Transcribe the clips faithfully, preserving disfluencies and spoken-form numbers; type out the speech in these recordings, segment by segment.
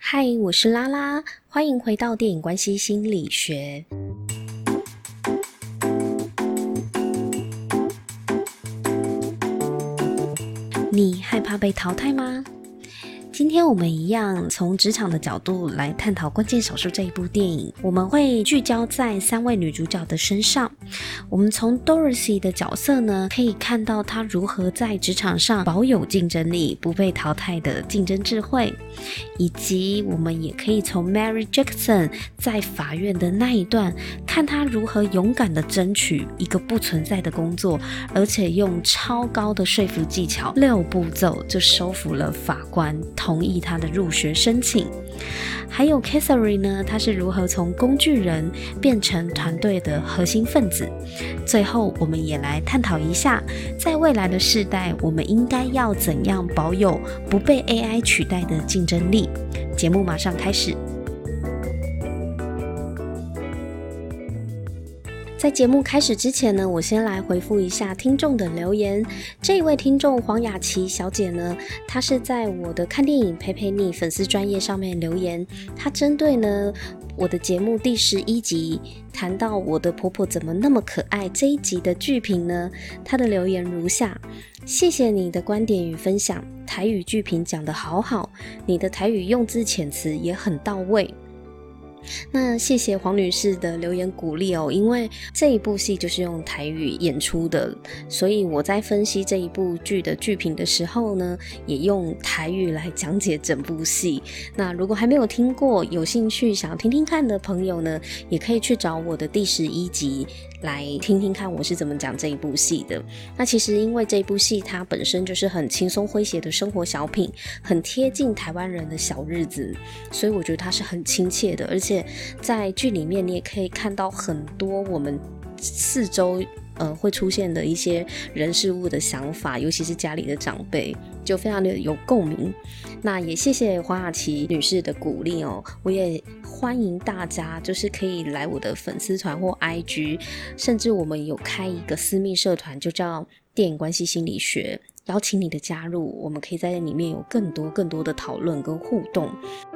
嗨，我是拉拉，欢迎回到电影关系心理学。你害怕被淘汰吗？今天我们一样从职场的角度来探讨《关键少数》这一部电影，我们会聚焦在三位女主角的身上。我们从 Dorothy 的角色呢，可以看到她如何在职场上保有竞争力，不被淘汰的竞争智慧，以及我们也可以从 Mary Jackson 在法院的那一段，看她如何勇敢的争取一个不存在的工作，而且用超高的说服技巧，六步骤就收服了法官，同意他的入学申请。还有 Catherine 呢，她是如何从工具人变成团队的核心分子。最后我们也来探讨一下，在未来的世代，我们应该要怎样保有不被 A I 取代的竞争力。节目马上开始。在节目开始之前呢，我先来回复一下听众的留言。这一位听众黄雅琪小姐呢，她是在我的看电影陪陪你粉丝专页上面留言，她针对呢我的节目第十一集谈到我的婆婆怎么那么可爱这一集的剧评呢，她的留言如下：谢谢你的观点与分享，台语剧评讲得好好，你的台语用字遣词也很到位。那谢谢黄女士的留言鼓励哦，因为这一部戏就是用台语演出的，所以我在分析这一部剧的剧评的时候呢，也用台语来讲解整部戏。那如果还没有听过，有兴趣想要听听看的朋友呢，也可以去找我的第十一集来听听看我是怎么讲这一部戏的。那其实因为这一部戏它本身就是很轻松诙谐的生活小品，很贴近台湾人的小日子，所以我觉得它是很亲切的，而且在剧里面你也可以看到很多我们四周呃会出现的一些人事物的想法，尤其是家里的长辈，就非常的有共鸣。那也谢谢黄雅琪女士的鼓励哦，我也欢迎大家就是可以来我的粉丝团或 I G， 甚至我们有开一个私密社团，就叫电影关系心理学，邀请你的加入，我们可以在里面有更多更多的讨论跟互动。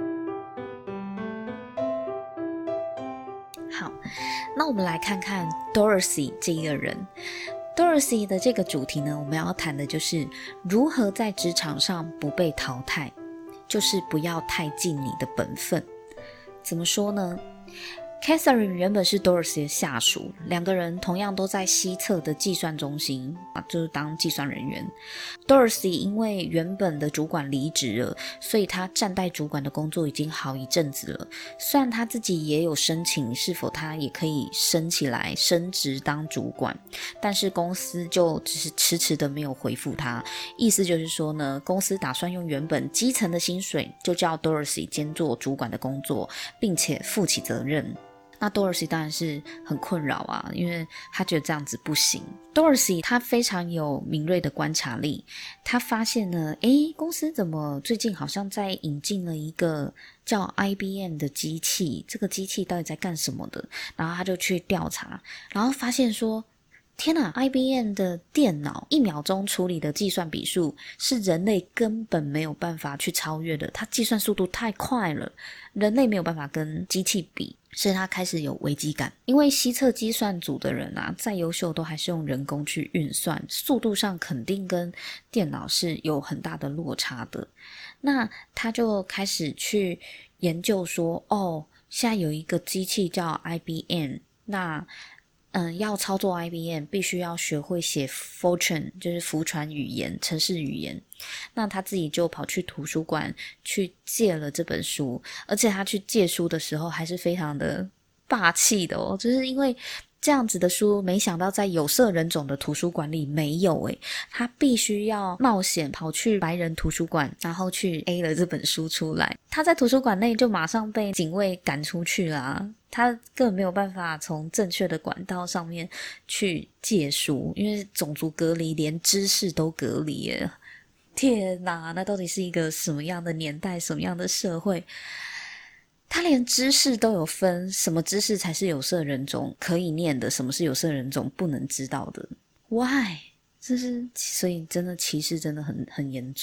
好，那我们来看看 Dorothy 这一个人。Dorothy 的这个主题呢，我们要谈的就是如何在职场上不被淘汰，就是不要太尽你的本分。怎么说呢？ Catherine 原本是 Dorothy 的下属，两个人同样都在西侧的计算中心，就是当计算人员。Dorothy 因为原本的主管离职了，所以他暂代主管的工作已经好一阵子了。虽然他自己也有申请是否他也可以升起来升职当主管，但是公司就只是迟迟的没有回复他。意思就是说呢，公司打算用原本基层的薪水就叫 Dorothy 兼做主管的工作，并且负起责任。那 Dorothy 当然是很困扰啊，因为她觉得这样子不行。Dorothy 她非常有敏锐的观察力，她发现呢，诶，公司怎么最近好像在引进了一个叫 I B M 的机器，这个机器到底在干什么的？然后她就去调查，然后发现说，天哪 I B M 的电脑一秒钟处理的计算笔数是人类根本没有办法去超越的，它计算速度太快了，人类没有办法跟机器比，所以他开始有危机感。因为西侧计算组的人啊，再优秀都还是用人工去运算，速度上肯定跟电脑是有很大的落差的。那他就开始去研究说，哦，现在有一个机器叫 I B M， 那嗯，要操作 I B M 必须要学会写 Fortran， 就是福传语言、程式语言。那他自己就跑去图书馆去借了这本书，而且他去借书的时候还是非常的霸气的哦，就是因为这样子的书，没想到在有色人种的图书馆里没有诶，他必须要冒险跑去白人图书馆，然后去 A 了这本书出来。他在图书馆内就马上被警卫赶出去了啊，他根本没有办法从正确的管道上面去借书，因为种族隔离，连知识都隔离耶。天哪，那到底是一个什么样的年代，什么样的社会？他连知识都有分，什么知识才是有色人种可以念的，什么是有色人种不能知道的。 Why？ 这是所以真的歧视真的很很严重哦。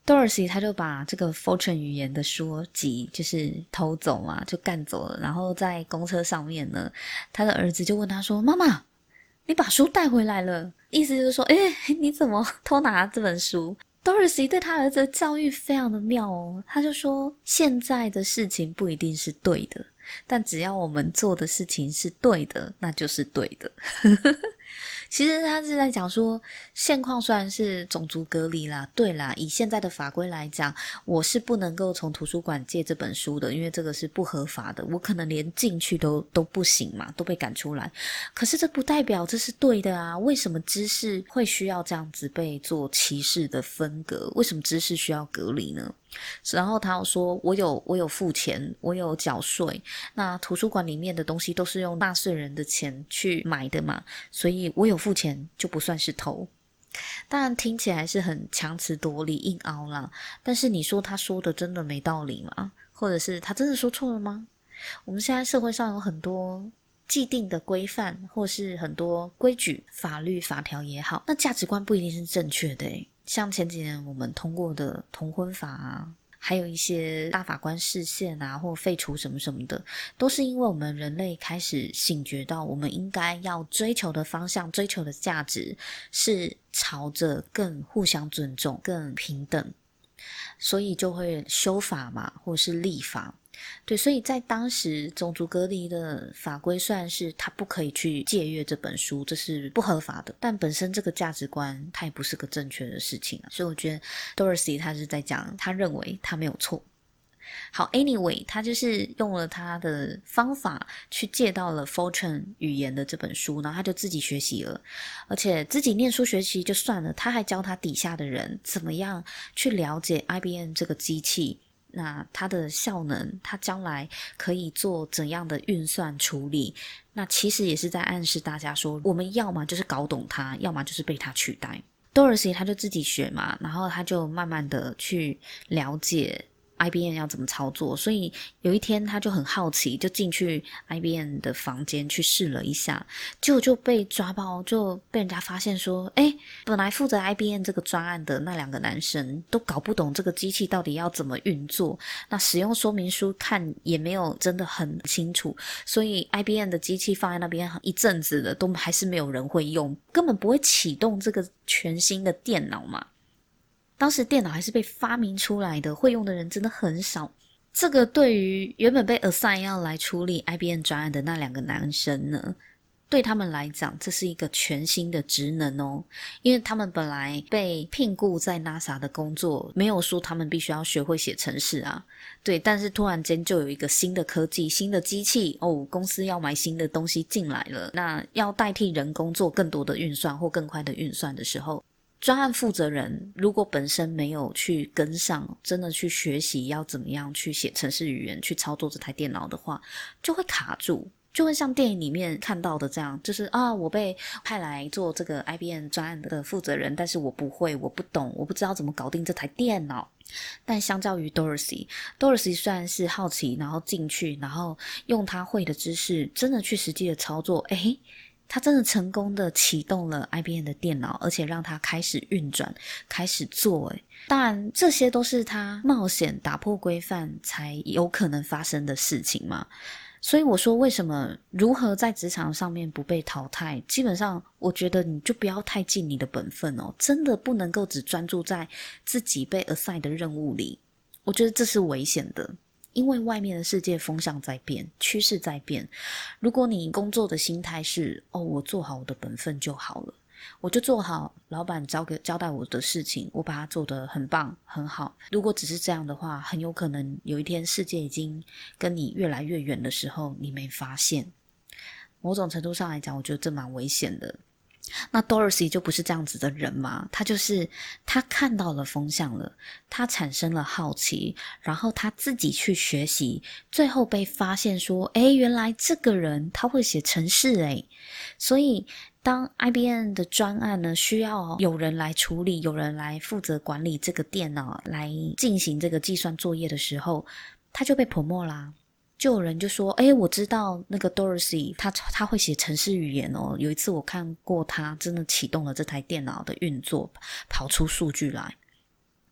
Dorothy 他就把这个 Fortran 语言的书籍就是偷走嘛，就干走了。然后在公车上面呢，他的儿子就问他说，妈妈，你把书带回来了，意思就是说，诶，你怎么偷拿这本书？Dorothy 对他儿子的教育非常的妙哦，他就说现在的事情不一定是对的，但只要我们做的事情是对的，那就是对的。其实他是在讲说，现况虽然是种族隔离啦，对啦，以现在的法规来讲，我是不能够从图书馆借这本书的，因为这个是不合法的，我可能连进去都都不行嘛，都被赶出来。可是这不代表这是对的啊，为什么知识会需要这样子被做歧视的分隔？为什么知识需要隔离呢？然后他有说，我有我有付钱，我有缴税，那图书馆里面的东西都是用纳税人的钱去买的嘛，所以我有付钱就不算是偷。当然听起来是很强词夺理硬凹啦，但是你说他说的真的没道理吗？或者是他真的说错了吗？我们现在社会上有很多既定的规范，或是很多规矩、法律、法条也好，那价值观不一定是正确的诶。像前几年我们通过的同婚法啊，还有一些大法官释宪啊，或废除什么什么的，都是因为我们人类开始醒觉到我们应该要追求的方向，追求的价值是朝着更互相尊重、更平等，所以就会修法嘛，或是立法。对，所以在当时种族隔离的法规虽然是他不可以去借阅这本书，这是不合法的，但本身这个价值观它也不是个正确的事情啊。所以我觉得 Dorothy 他是在讲他认为他没有错。好 anyway 他就是用了他的方法去借到了 Fortran 语言的这本书，然后他就自己学习了，而且自己念书学习就算了，他还教他底下的人怎么样去了解 I B M 这个机器，那它的效能，它将来可以做怎样的运算处理，那其实也是在暗示大家说，我们要么就是搞懂它，要么就是被它取代。 Dorothy 他就自己学嘛，然后他就慢慢的去了解I B M 要怎么操作，所以有一天他就很好奇，就进去 I B M 的房间去试了一下，结果就被抓包，就被人家发现说，诶，本来负责 I B M 这个专案的那两个男生都搞不懂这个机器到底要怎么运作，那使用说明书看也没有真的很清楚，所以 I B M 的机器放在那边一阵子了，都还是没有人会用，根本不会启动这个全新的电脑嘛。当时电脑还是被发明出来的，会用的人真的很少。这个对于原本被 assign 要来处理 I B M 专案的那两个男生呢，对他们来讲这是一个全新的职能哦，因为他们本来被聘雇在 NASA 的工作，没有说他们必须要学会写程式啊，对，但是突然间就有一个新的科技、新的机器哦，公司要买新的东西进来了，那要代替人工做更多的运算或更快的运算的时候，专案负责人如果本身没有去跟上，真的去学习要怎么样去写程式语言，去操作这台电脑的话，就会卡住，就会像电影里面看到的这样，就是啊，我被派来做这个 I B M 专案的负责人，但是我不会，我不懂，我不知道怎么搞定这台电脑。但相较于 Dorothy Dorothy 虽然是好奇，然后进去，然后用他会的知识真的去实际的操作，诶他真的成功的启动了 I B M 的电脑，而且让他开始运转，开始做。诶当然这些都是他冒险打破规范才有可能发生的事情嘛。所以我说为什么如何在职场上面不被淘汰，基本上我觉得你就不要太尽你的本分哦，真的不能够只专注在自己被 assign 的任务里，我觉得这是危险的。因为外面的世界风向在变，趋势在变，如果你工作的心态是哦，我做好我的本分就好了，我就做好老板交给交代我的事情，我把它做得很棒很好，如果只是这样的话，很有可能有一天世界已经跟你越来越远的时候，你没发现。某种程度上来讲，我觉得这蛮危险的。那 Dorothy 就不是这样子的人嘛，他就是他看到了风向了，他产生了好奇，然后他自己去学习，最后被发现说，诶，原来这个人他会写程式诶，所以当 I B M 的专案呢需要有人来处理，有人来负责管理这个电脑，来进行这个计算作业的时候，他就被 promote 啦。就有人就说，诶，我知道那个 Dorothy 他他会写程式语言哦，有一次我看过他真的启动了这台电脑的运作，跑出数据来。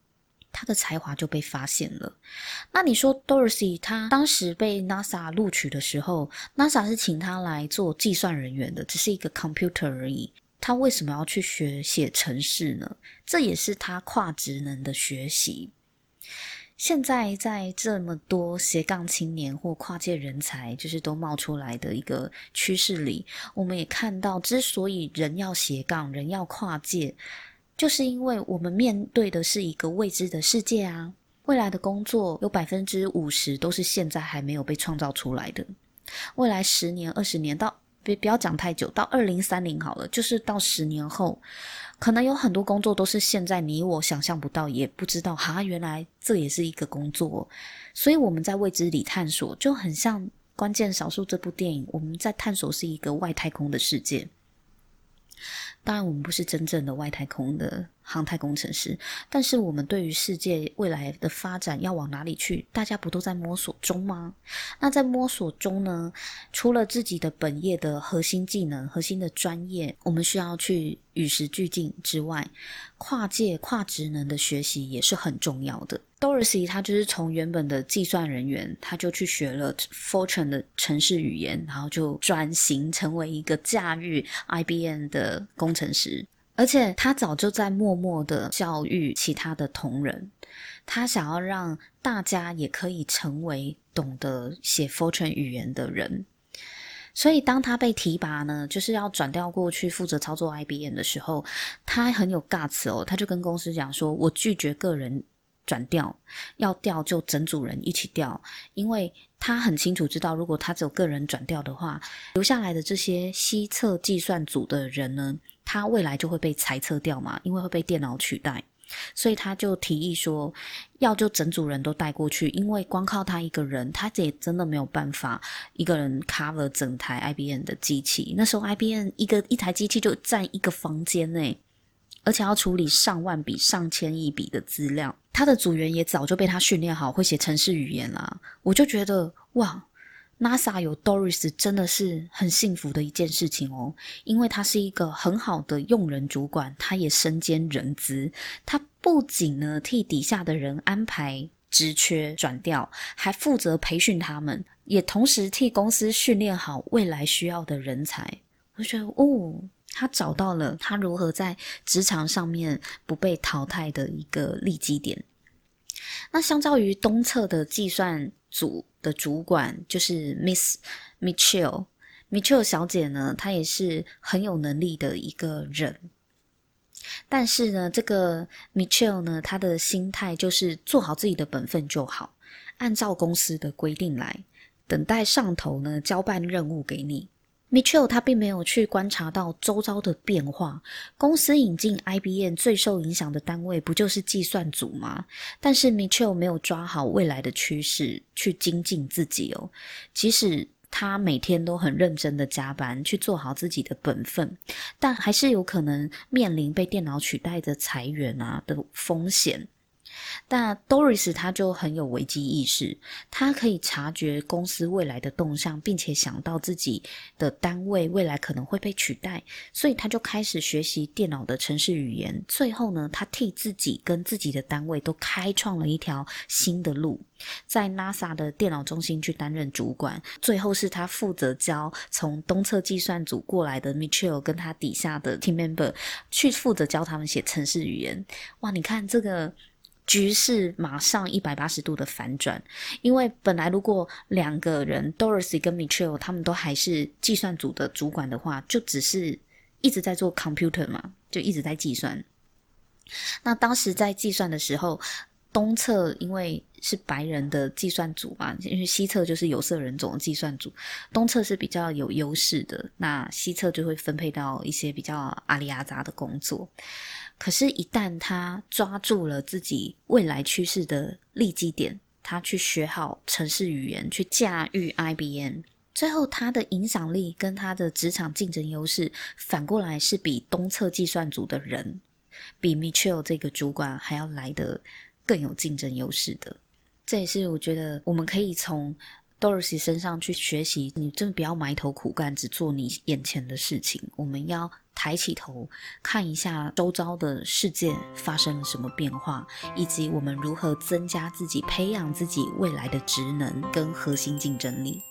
他的才华就被发现了。那你说 Dorsey 他当时被 NASA 录取的时候， NASA 是请他来做计算人员的，只是一个 computer 而已，他为什么要去学写程式呢？这也是他跨职能的学习。现在在这么多斜杠青年或跨界人才就是都冒出来的一个趋势里，我们也看到之所以人要斜杠，人要跨界，就是因为我们面对的是一个未知的世界啊。未来的工作有 百分之五十 都是现在还没有被创造出来的。未来十年二十年到别不要讲太久，到二零三零好了，就是到十年后，可能有很多工作都是现在你我想象不到，也不知道哈，原来这也是一个工作。所以我们在未知里探索，就很像关键少数这部电影，我们在探索是一个外太空的世界。当然我们不是真正的外太空的航太工程师，但是我们对于世界未来的发展要往哪里去，大家不都在摸索中吗？那在摸索中呢，除了自己的本业的核心技能、核心的专业，我们需要去与时俱进之外，跨界跨职能的学习也是很重要的。Dorsey 他就是从原本的计算人员，他就去学了 Fortran 的程式语言，然后就转型成为一个驾驭 I B M 的工程师。而且他早就在默默的教育其他的同仁，他想要让大家也可以成为懂得写 Fortran 语言的人。所以当他被提拔呢，就是要转调过去负责操作 I B M 的时候，他很有 guts 哦，他就跟公司讲说，我拒绝个人转调，要调就整组人一起调。因为他很清楚知道，如果他只有个人转调的话，留下来的这些西侧计算组的人呢，他未来就会被裁撤掉嘛，因为会被电脑取代。所以他就提议说，要就整组人都带过去，因为光靠他一个人，他也真的没有办法一个人 cover 整台 I B M 的机器。那时候 I B M 一个一台机器就占一个房间耶，而且要处理上万笔上千亿笔的资料。他的组员也早就被他训练好会写程式语言啦。我就觉得哇， NASA 有 Doris 真的是很幸福的一件事情哦，因为他是一个很好的用人主管，他也身兼人资，他不仅呢替底下的人安排职缺转调，还负责培训他们，也同时替公司训练好未来需要的人才。我就觉得哦，他找到了他如何在职场上面不被淘汰的一个利基点。那相较于东侧的计算组的主管，就是 Miss Mitchell Mitchell 小姐呢，她也是很有能力的一个人。但是呢，这个 Mitchell 呢，她的心态就是做好自己的本分就好，按照公司的规定来，等待上头呢交办任务给你。Mitchell 他并没有去观察到周遭的变化，公司引进 I B M 最受影响的单位不就是计算组吗？但是 Mitchell 没有抓好未来的趋势去精进自己哦，即使他每天都很认真的加班去做好自己的本分，但还是有可能面临被电脑取代的裁员啊的风险。但 Doris 他就很有危机意识，他可以察觉公司未来的动向，并且想到自己的单位未来可能会被取代，所以他就开始学习电脑的程式语言。最后呢，他替自己跟自己的单位都开创了一条新的路，在 NASA 的电脑中心去担任主管。最后是他负责教从东侧计算组过来的 Mitchell 跟他底下的 team member 去负责教他们写程式语言。哇，你看这个局势马上一百八十度的反转，因为本来如果两个人 Dorsey 跟 Mitchell 他们都还是计算组的主管的话，就只是一直在做 computer 嘛，就一直在计算。那当时在计算的时候，东侧因为是白人的计算组嘛，因为西侧就是有色人种的计算组，东侧是比较有优势的，那西侧就会分配到一些比较阿里阿杂的工作。可是一旦他抓住了自己未来趋势的利基点，他去学好程式语言，去驾驭 I B M， 最后他的影响力跟他的职场竞争优势反过来是比东侧计算组的人，比 Mitchell 这个主管还要来得更有竞争优势的。这也是我觉得我们可以从 Dorothy 身上去学习，你真的不要埋头苦干，只做你眼前的事情。我们要抬起头看一下周遭的世界发生了什么变化，以及我们如何增加自己，培养自己未来的职能跟核心竞争力。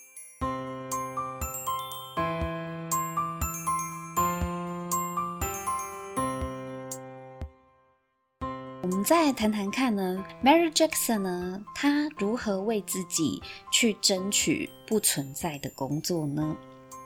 我们再谈谈看呢 Mary Jackson 呢，她如何为自己去争取不存在的工作呢？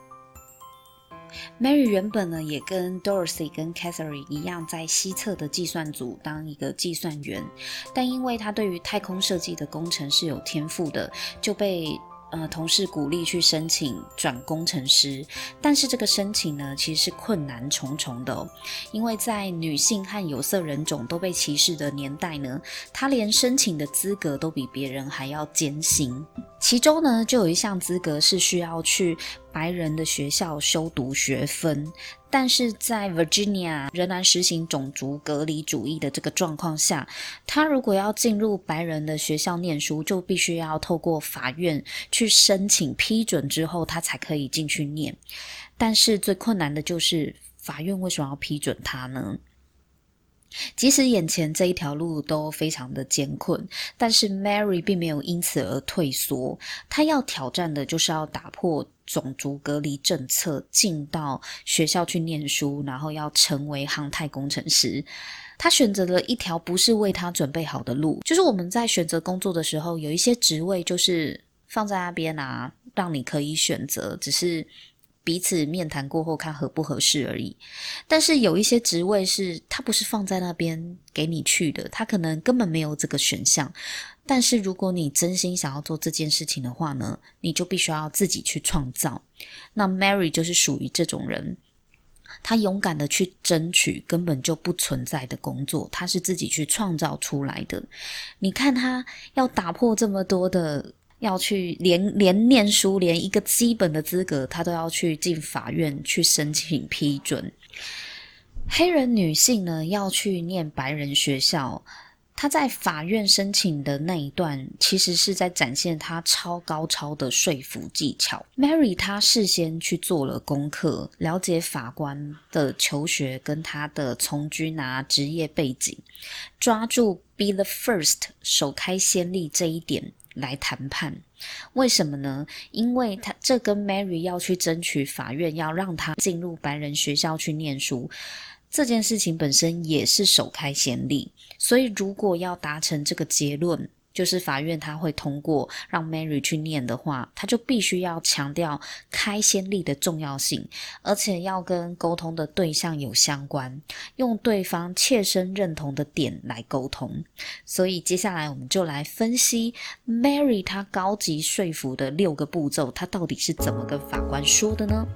Mary 原本呢也跟 Dorothy 跟 Catherine 一样，在西侧的计算组当一个计算员，但因为她对于太空设计的工程是有天赋的，就被呃，同事鼓励去申请转工程师，但是这个申请呢，其实是困难重重的哦。因为在女性和有色人种都被歧视的年代呢，她连申请的资格都比别人还要艰辛。其中呢，就有一项资格是需要去白人的学校修读学分，但是在 Virginia 仍然实行种族隔离主义的这个状况下，他如果要进入白人的学校念书，就必须要透过法院去申请批准之后，他才可以进去念。但是最困难的就是法院为什么要批准他呢？即使眼前这一条路都非常的艰困，但是 Mary 并没有因此而退缩，她要挑战的就是要打破种族隔离政策，进到学校去念书，然后要成为航太工程师。他选择了一条不是为他准备好的路，就是我们在选择工作的时候，有一些职位就是放在那边啊，让你可以选择，只是彼此面谈过后看合不合适而已。但是有一些职位是它不是放在那边给你去的，它可能根本没有这个选项。但是如果你真心想要做这件事情的话呢，你就必须要自己去创造。那 Mary 就是属于这种人，他勇敢的去争取根本就不存在的工作，他是自己去创造出来的。你看他要打破这么多的，要去连连念书，连一个基本的资格他都要去进法院去申请批准。黑人女性呢要去念白人学校，她在法院申请的那一段其实是在展现她超高超的说服技巧。 Mary 她事先去做了功课，了解法官的求学跟她的从军啊职业背景，抓住 be the first 首开先例这一点来谈判。为什么呢？因为他这跟 Mary 要去争取法院要让他进入白人学校去念书这件事情本身也是首开先例，所以如果要达成这个结论，就是法院他会通过让 Mary 去念的话，他就必须要强调开先例的重要性，而且要跟沟通的对象有相关，用对方切身认同的点来沟通。所以接下来我们就来分析 Mary 她高级说服的六个步骤，她到底是怎么跟法官说的呢？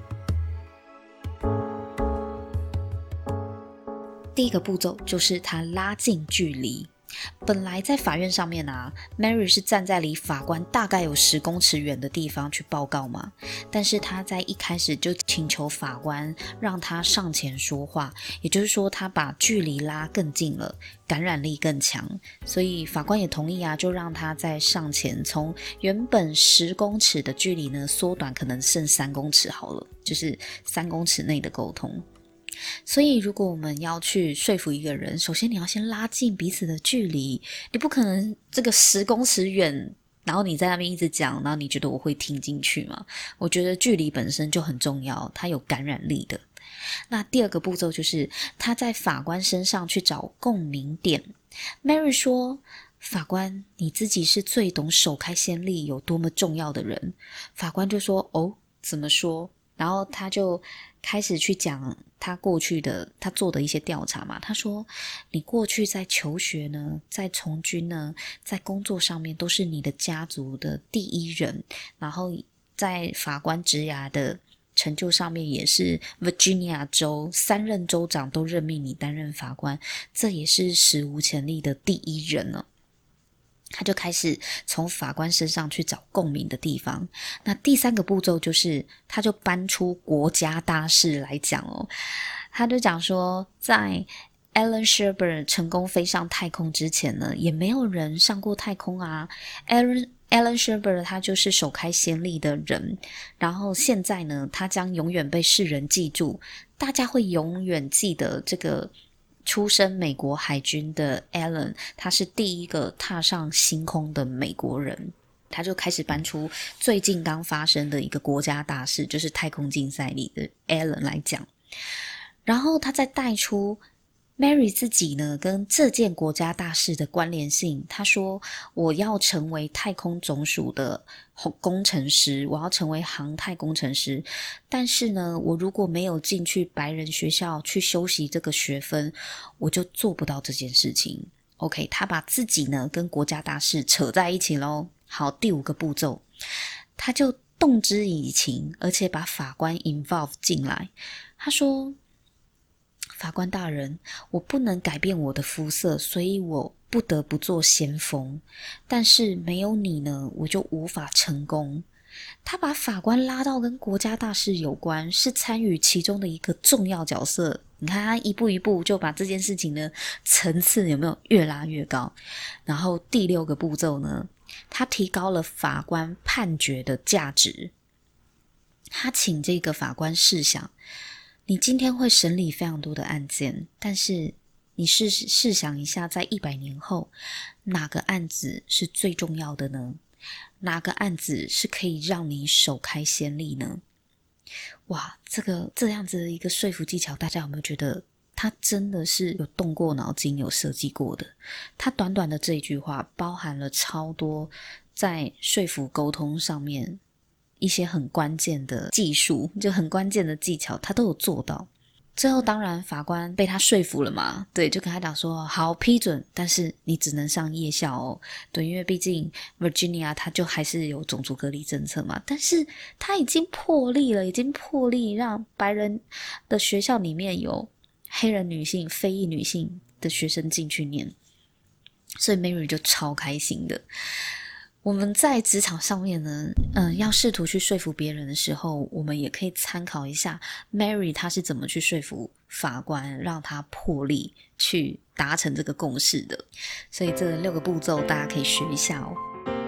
第一个步骤就是他拉近距离。本来在法院上面啊 Mary 是站在离法官大概有十公尺远的地方去报告嘛，但是他在一开始就请求法官让他上前说话，也就是说他把距离拉更近了，感染力更强，所以法官也同意啊，就让他在上前从原本十公尺的距离呢缩短，可能剩三公尺好了，就是三公尺内的沟通。所以如果我们要去说服一个人，首先你要先拉近彼此的距离，你不可能这个十公尺远，然后你在那边一直讲，然后你觉得我会听进去吗？我觉得距离本身就很重要，它有感染力的。那第二个步骤就是他在法官身上去找共鸣点。 Mary 说，法官，你自己是最懂首开先例有多么重要的人。法官就说，哦，怎么说？然后他就开始去讲他过去的他做的一些调查嘛。他说，你过去在求学呢，在从军呢，在工作上面都是你的家族的第一人，然后在法官职涯的成就上面也是 Virginia 州三任州长都任命你担任法官，这也是史无前例的第一人了。他就开始从法官身上去找共鸣的地方。那第三个步骤就是他就搬出国家大事来讲哦。他就讲说，在 Alan Shepard 成功飞上太空之前呢，也没有人上过太空啊。Alan Alan Shepard 他就是首开先例的人，然后现在呢，他将永远被世人记住，大家会永远记得这个出身美国海军的 Alan， 他是第一个踏上星空的美国人。他就开始搬出最近刚发生的一个国家大事，就是太空竞赛里的 Alan 来讲，然后他再带出 Mary 自己呢跟这件国家大事的关联性。他说我要成为太空总署的工程师，我要成为航太工程师，但是呢我如果没有进去白人学校去修习这个学分，我就做不到这件事情。 OK， 他把自己呢跟国家大事扯在一起咯。好，第五个步骤，他就动之以情，而且把法官 involve 进来。他说，法官大人，我不能改变我的肤色，所以我不得不做先锋，但是没有你呢，我就无法成功。他把法官拉到跟国家大事有关，是参与其中的一个重要角色。你看他一步一步就把这件事情呢层次有没有越拉越高。然后第六个步骤呢，他提高了法官判决的价值。他请这个法官试想，你今天会审理非常多的案件，但是你试试想一下，在一百年后，哪个案子是最重要的呢？哪个案子是可以让你首开先例呢？哇，这个这样子的一个说服技巧，大家有没有觉得他真的是有动过脑筋，有设计过的？他短短的这一句话包含了超多在说服沟通上面一些很关键的技术，就很关键的技巧，他都有做到。最后当然法官被他说服了嘛，对，就跟他讲说好批准，但是你只能上夜校哦，对，因为毕竟 Virginia 他就还是有种族隔离政策嘛，但是他已经破例了，已经破例让白人的学校里面有黑人女性、非裔女性的学生进去念，所以 Mary 就超开心的。我们在职场上面呢，嗯，要试图去说服别人的时候，我们也可以参考一下 Mary 她是怎么去说服法官，让他破例去达成这个共识的。所以这六个步骤大家可以学一下哦。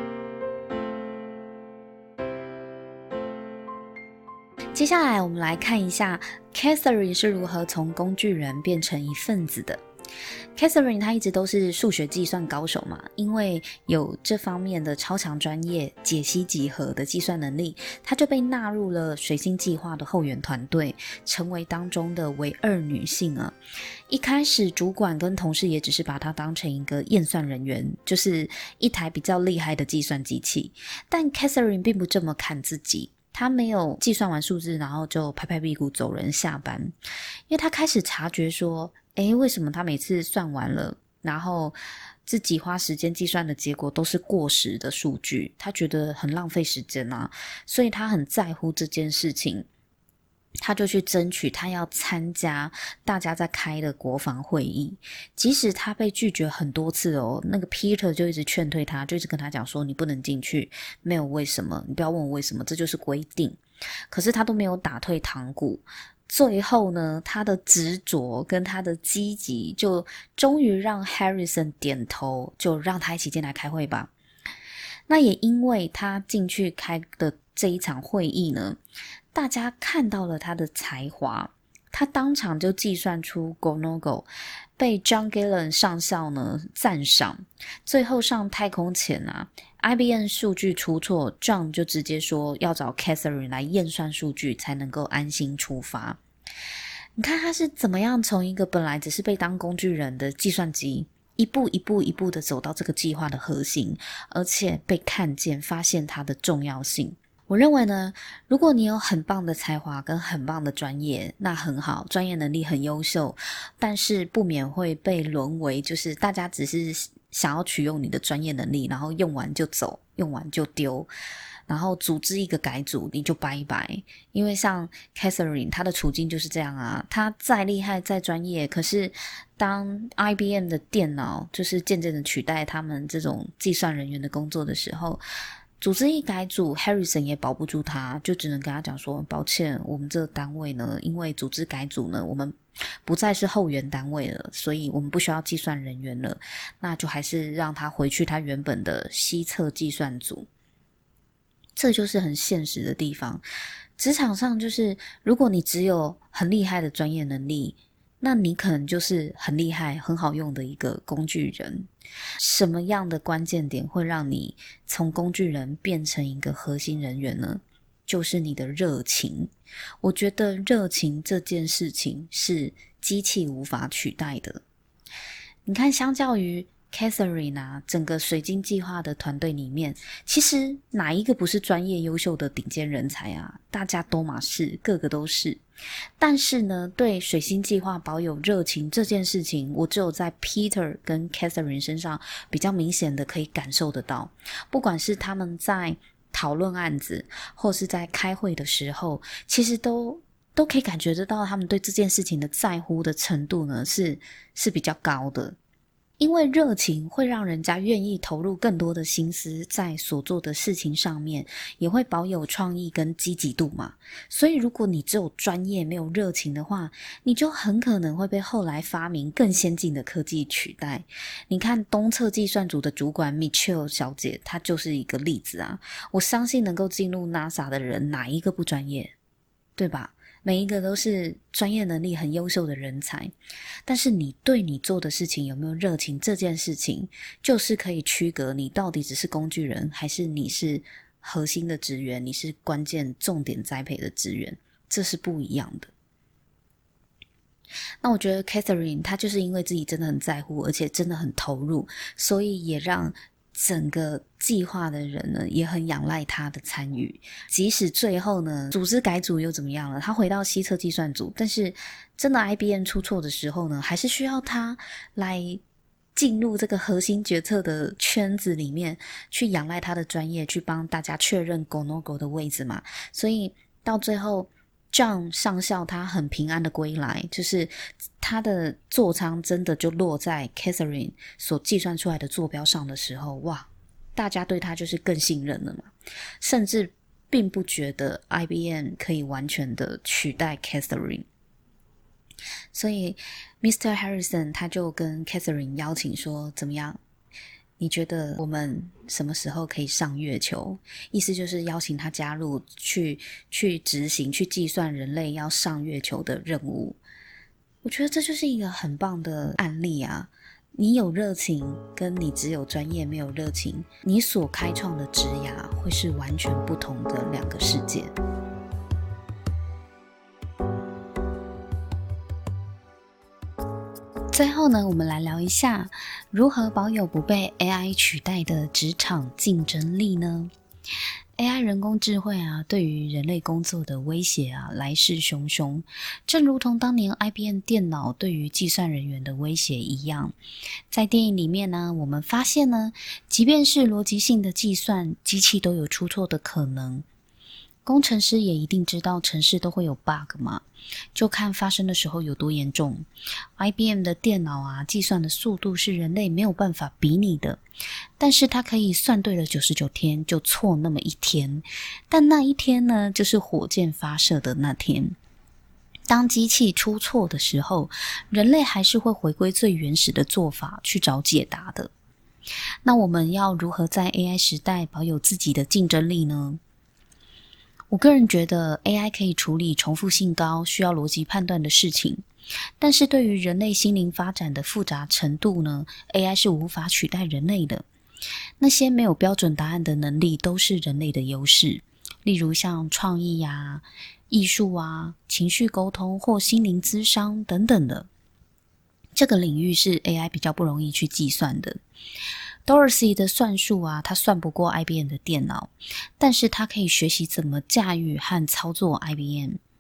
接下来我们来看一下 Catherine 是如何从工具人变成一份子的。Catherine 她一直都是数学计算高手嘛，因为有这方面的超强专业解析几何的计算能力，她就被纳入了水星计划的后援团队，成为当中的唯二女性啊。一开始主管跟同事也只是把她当成一个验算人员，就是一台比较厉害的计算机器，但 Catherine 并不这么看自己，他没有计算完数字然后就拍拍屁股走人下班，因为他开始察觉说，诶，为什么他每次算完了，然后自己花时间计算的结果都是过时的数据，他觉得很浪费时间啊，所以他很在乎这件事情。他就去争取他要参加大家在开的国防会议，即使他被拒绝很多次哦，那个 Peter 就一直劝退他，就一直跟他讲说你不能进去，没有为什么，你不要问我为什么，这就是规定。可是他都没有打退堂鼓，最后呢，他的执着跟他的积极就终于让 Harrison 点头，就让他一起进来开会吧。那也因为他进去开的这一场会议呢，大家看到了他的才华，他当场就计算出 Go No Go， 被 John Gillen 上校呢赞赏。最后上太空前啊 I B M 数据出错， John 就直接说要找 Catherine 来验算数据才能够安心出发。你看他是怎么样从一个本来只是被当工具人的计算机，一步一步一步的走到这个计划的核心，而且被看见，发现它的重要性。我认为呢，如果你有很棒的才华跟很棒的专业，那很好，专业能力很优秀，但是不免会被沦为就是大家只是想要取用你的专业能力，然后用完就走，用完就丢，然后组织一个改组你就拜拜。因为像 Catherine 她的处境就是这样啊，她再厉害再专业，可是当 I B M 的电脑就是渐渐的取代他们这种计算人员的工作的时候，组织一改组 Harrison 也保不住他，就只能跟他讲说抱歉，我们这个单位呢，因为组织改组呢，我们不再是后援单位了，所以我们不需要计算人员了，那就还是让他回去他原本的西侧计算组。 这就是很现实的地方。职场上就是如果你只有很厉害的专业能力，那你可能就是很厉害很好用的一个工具人。什么样的关键点会让你从工具人变成一个核心人员呢？就是你的热情。我觉得热情这件事情是机器无法取代的。你看，相较于Catherine 啊，整个水晶计划的团队里面，其实哪一个不是专业优秀的顶尖人才啊？大家都嘛是，个个都是。但是呢，对水星计划保有热情这件事情，我只有在 Peter 跟 Catherine 身上比较明显的可以感受得到。不管是他们在讨论案子，或是在开会的时候，其实都都可以感觉得到他们对这件事情的在乎的程度呢，是是比较高的。因为热情会让人家愿意投入更多的心思在所做的事情上面，也会保有创意跟积极度嘛。所以如果你只有专业没有热情的话，你就很可能会被后来发明更先进的科技取代。你看东侧计算组的主管 Michelle 小姐，她就是一个例子啊。我相信能够进入 NASA 的人哪一个不专业，对吧？每一个都是专业能力很优秀的人才，但是你对你做的事情有没有热情，这件事情就是可以区隔你到底只是工具人，还是你是核心的职员，你是关键重点栽培的职员，这是不一样的。那我觉得 Catherine 她就是因为自己真的很在乎，而且真的很投入，所以也让整个计划的人呢也很仰赖他的参与。即使最后呢组织改组又怎么样了，他回到西侧计算组，但是真的 I B M 出错的时候呢，还是需要他来进入这个核心决策的圈子里面，去仰赖他的专业，去帮大家确认 go no go 的位置嘛。所以到最后John 上校他很平安的归来，就是他的座舱真的就落在 Catherine 所计算出来的坐标上的时候，哇，大家对他就是更信任了嘛，甚至并不觉得 I B M 可以完全的取代 Catherine。 所以 Mister Harrison 他就跟 Catherine 邀请说，怎么样，你觉得我们什么时候可以上月球？意思就是邀请他加入去去执行去计算人类要上月球的任务。我觉得这就是一个很棒的案例啊。你有热情跟你只有专业没有热情，你所开创的职涯会是完全不同的两个世界。最后呢，我们来聊一下如何保有不被 A I 取代的职场竞争力呢？ A I 人工智慧啊，对于人类工作的威胁啊，来势汹汹，正如同当年 I B M 电脑对于计算人员的威胁一样。在电影里面呢，我们发现呢，即便是逻辑性的计算，机器都有出错的可能。工程师也一定知道程式都会有 bug 嘛，就看发生的时候有多严重。I B M 的电脑啊，计算的速度是人类没有办法比拟的，但是它可以算对了九十九天，就错那么一天。但那一天呢，就是火箭发射的那天。当机器出错的时候，人类还是会回归最原始的做法去找解答的。那我们要如何在 A I 时代保有自己的竞争力呢？我个人觉得 A I 可以处理重复性高、需要逻辑判断的事情，但是对于人类心灵发展的复杂程度呢， A I 是无法取代人类的。那些没有标准答案的能力都是人类的优势，例如像创意啊、艺术啊、情绪沟通或心灵咨商等等的，这个领域是 A I 比较不容易去计算的。Dorsey 的算术啊，它算不过 I B M 的电脑，但是它可以学习怎么驾驭和操作 I B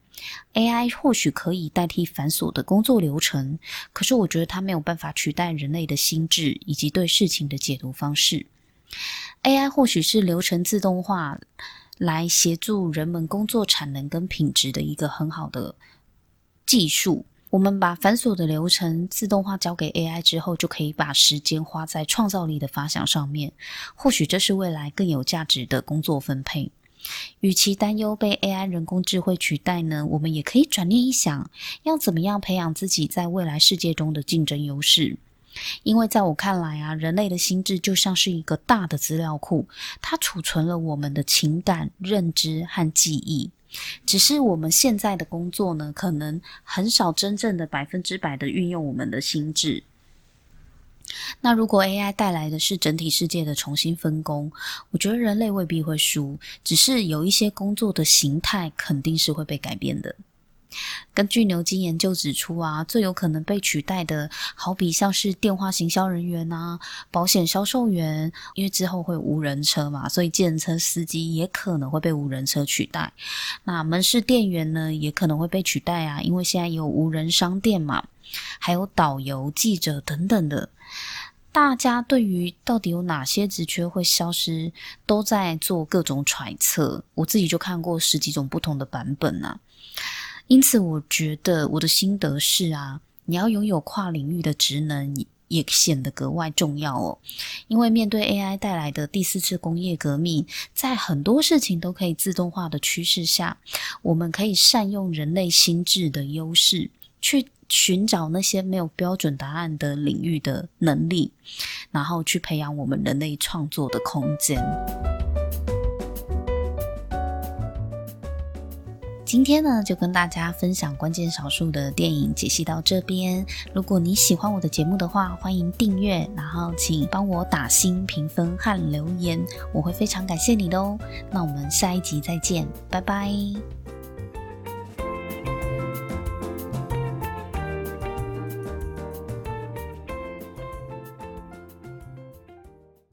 M。A I 或许可以代替繁琐的工作流程，可是我觉得它没有办法取代人类的心智以及对事情的解读方式。A I 或许是流程自动化来协助人们工作产能跟品质的一个很好的技术。我们把繁琐的流程自动化交给 A I 之后，就可以把时间花在创造力的发想上面，或许这是未来更有价值的工作分配。与其担忧被 A I 人工智慧取代呢，我们也可以转念一想，要怎么样培养自己在未来世界中的竞争优势。 因为在我看来啊，人类的心智就像是一个大的资料库，它储存了我们的情感、认知和记忆。只是我们现在的工作呢，可能很少真正的百分之百的运用我们的心智。那如果 A I 带来的是整体世界的重新分工，我觉得人类未必会输，只是有一些工作的形态肯定是会被改变的。根据牛津研究指出啊，最有可能被取代的，好比像是电话行销人员啊、保险销售员，因为之后会无人车嘛，所以计程车司机也可能会被无人车取代。那门市店员呢，也可能会被取代啊，因为现在有无人商店嘛，还有导游、记者等等的。大家对于到底有哪些职缺会消失，都在做各种揣测。我自己就看过十几种不同的版本啊。因此我觉得我的心得是啊，你要拥有跨领域的职能也显得格外重要哦。因为面对 A I 带来的第四次工业革命，在很多事情都可以自动化的趋势下，我们可以善用人类心智的优势，去寻找那些没有标准答案的领域的能力，然后去培养我们人类创作的空间。今天呢，就跟大家分享关键少数的电影解析到这边。如果你喜欢我的节目的话，欢迎订阅，然后请帮我打星评分和留言，我会非常感谢你的哦。那我们下一集再见，拜拜。